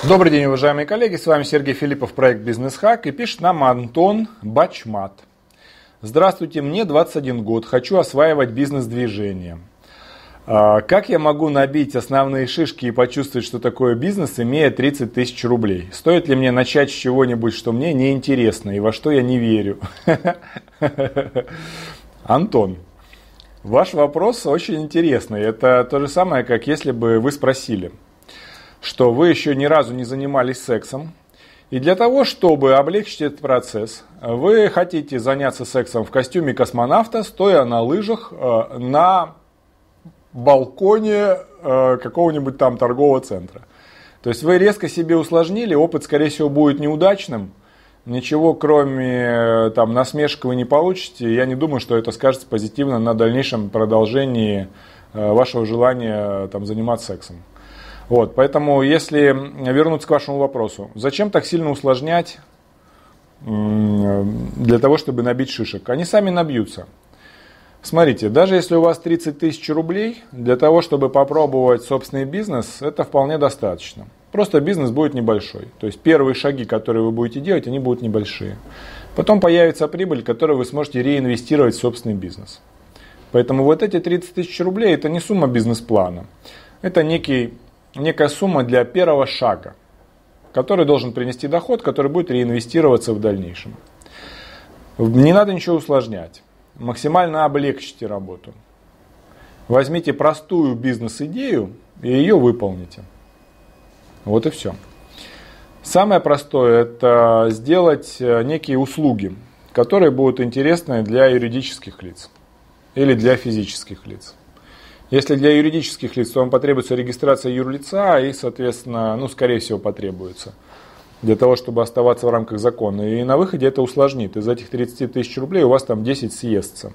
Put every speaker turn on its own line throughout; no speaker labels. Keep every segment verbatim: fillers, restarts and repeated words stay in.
Добрый день, уважаемые коллеги, с вами Сергей Филиппов, проект «Бизнес-хак», и пишет нам Антон Бачмат. Здравствуйте, мне двадцать один год, хочу осваивать бизнес-движение. Как я могу набить основные шишки и почувствовать, что такое бизнес, имея тридцать тысяч рублей? Стоит ли мне начать с чего-нибудь, что мне неинтересно и во что я не верю? Антон, ваш вопрос очень интересный. Это то же самое, как если бы вы спросили, что вы еще ни разу не занимались сексом, и для того, чтобы облегчить этот процесс, вы хотите заняться сексом в костюме космонавта, стоя на лыжах э, на балконе э, какого-нибудь там торгового центра. То есть вы резко себе усложнили, опыт, скорее всего, будет неудачным, ничего кроме там, насмешек вы не получите. Я не думаю, что это скажется позитивно на дальнейшем продолжении э, вашего желания там, заниматься сексом. Вот, поэтому, если вернуться к вашему вопросу, зачем так сильно усложнять для того, чтобы набить шишек? Они сами набьются. Смотрите, даже если у вас тридцать тысяч рублей, для того, чтобы попробовать собственный бизнес, это вполне достаточно. Просто бизнес будет небольшой. То есть первые шаги, которые вы будете делать, они будут небольшие. Потом появится прибыль, которую вы сможете реинвестировать в собственный бизнес. Поэтому вот эти тридцать тысяч рублей – это не сумма бизнес-плана. Это некий... некая сумма для первого шага, который должен принести доход, который будет реинвестироваться в дальнейшем. Не надо ничего усложнять. Максимально облегчите работу. Возьмите простую бизнес-идею и ее выполните. Вот и все. Самое простое – это сделать некие услуги, которые будут интересны для юридических лиц или для физических лиц. Если для юридических лиц, то вам потребуется регистрация юрлица и, соответственно, ну, скорее всего, потребуется для того, чтобы оставаться в рамках закона. И на выходе это усложнит. Из этих тридцати тысяч рублей у вас там десять съестся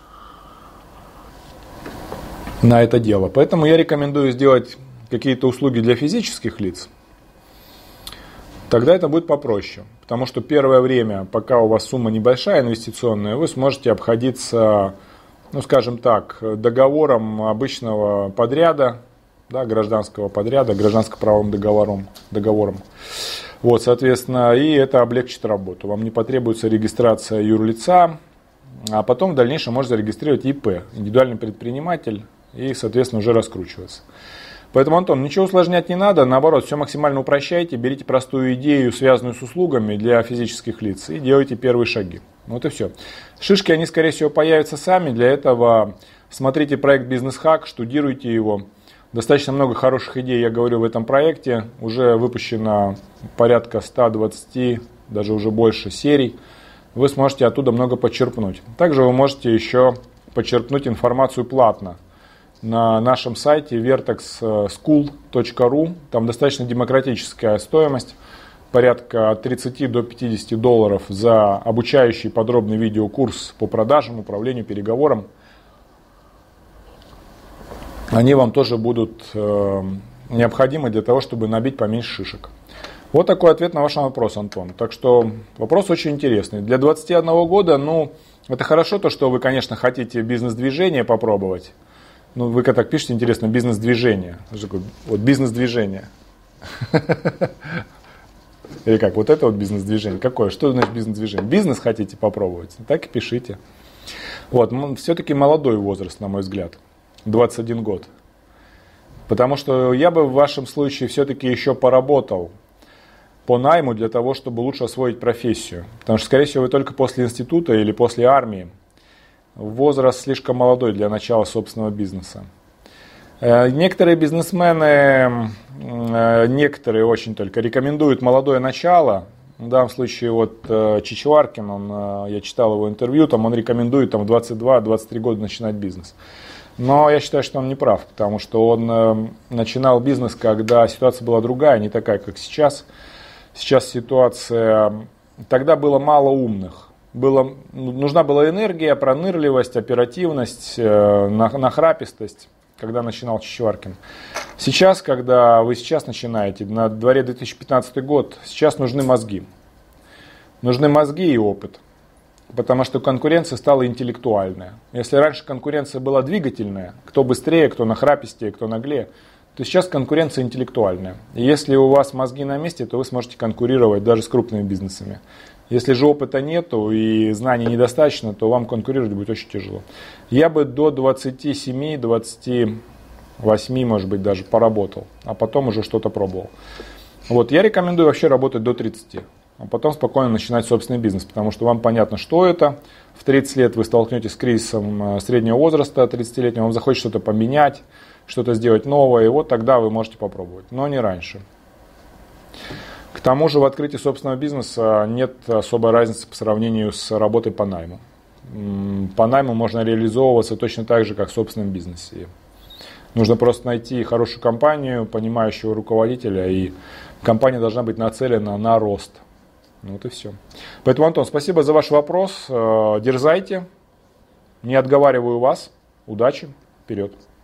на это дело. Поэтому я рекомендую сделать какие-то услуги для физических лиц. Тогда это будет попроще. Потому что первое время, пока у вас сумма небольшая, инвестиционная, вы сможете обходиться... ну, скажем так, договором обычного подряда, да, гражданского подряда, гражданско-правовым договором, договором. Вот, соответственно, и это облегчит работу. Вам не потребуется регистрация юрлица, а потом в дальнейшем можно зарегистрировать ИП, индивидуальный предприниматель, и, соответственно, уже раскручиваться. Поэтому, Антон, ничего усложнять не надо, наоборот, все максимально упрощайте, берите простую идею, связанную с услугами для физических лиц, и делайте первые шаги. Вот и все. Шишки, они, скорее всего, появятся сами. Для этого смотрите проект «Бизнес-хак», штудируйте его. Достаточно много хороших идей, я говорю, в этом проекте. Уже выпущено порядка ста двадцати, даже уже больше серий. Вы сможете оттуда много почерпнуть. Также вы можете еще почерпнуть информацию платно на нашем сайте vertex school точка ру. Там достаточно демократическая стоимость. Порядка от тридцати до пятидесяти долларов за обучающий подробный видеокурс по продажам, управлению, переговорам. Они вам тоже будут э, необходимы для того, чтобы набить поменьше шишек. Вот такой ответ на ваш вопрос, Антон. Так что вопрос очень интересный. Для двадцати одного года, ну, это хорошо то, что вы, конечно, хотите бизнес-движение попробовать. Ну, вы как так пишете, интересно, бизнес-движение. Вот бизнес-движение. Или как, вот это вот бизнес-движение. Какое? Что значит бизнес-движение? Бизнес хотите попробовать? Так и пишите. Вот, все-таки молодой возраст, на мой взгляд. двадцать один год. Потому что я бы в вашем случае все-таки еще поработал по найму для того, чтобы лучше освоить профессию. Потому что, скорее всего, вы только после института или после армии. Возраст слишком молодой для начала собственного бизнеса. Некоторые бизнесмены, некоторые очень только рекомендуют молодое начало. В данном случае вот Чичваркин, он, я читал его интервью, там он рекомендует там, в двадцать два - двадцать три года начинать бизнес. Но я считаю, что он не прав, потому что он начинал бизнес, когда ситуация была другая, не такая, как сейчас. Сейчас ситуация, тогда было мало умных. Было, нужна была энергия, пронырливость, оперативность, нахрапистость, когда начинал Чичваркин. Сейчас, когда вы сейчас начинаете, на дворе две тысячи пятнадцатый год, сейчас нужны мозги. Нужны мозги и опыт. Потому что конкуренция стала интеллектуальная. Если раньше конкуренция была двигательная, кто быстрее, кто нахрапистее, кто наглее, то сейчас конкуренция интеллектуальная. И если у вас мозги на месте, то вы сможете конкурировать даже с крупными бизнесами. Если же опыта нету и знаний недостаточно, то вам конкурировать будет очень тяжело. Я бы до двадцати семи — двадцати восьми, может быть, даже поработал, а потом уже что-то пробовал. Вот, я рекомендую вообще работать до тридцати, а потом спокойно начинать собственный бизнес, потому что вам понятно, что это. В тридцать лет вы столкнетесь с кризисом среднего возраста, тридцатилетнего, вам захочется что-то поменять, что-то сделать новое, и вот тогда вы можете попробовать, но не раньше. К тому же в открытии собственного бизнеса нет особой разницы по сравнению с работой по найму. По найму можно реализовываться точно так же, как в собственном бизнесе. Нужно просто найти хорошую компанию, понимающего руководителя, и компания должна быть нацелена на рост. Вот и все. Поэтому, Антон, спасибо за ваш вопрос. Дерзайте, не отговариваю вас. Удачи, вперед!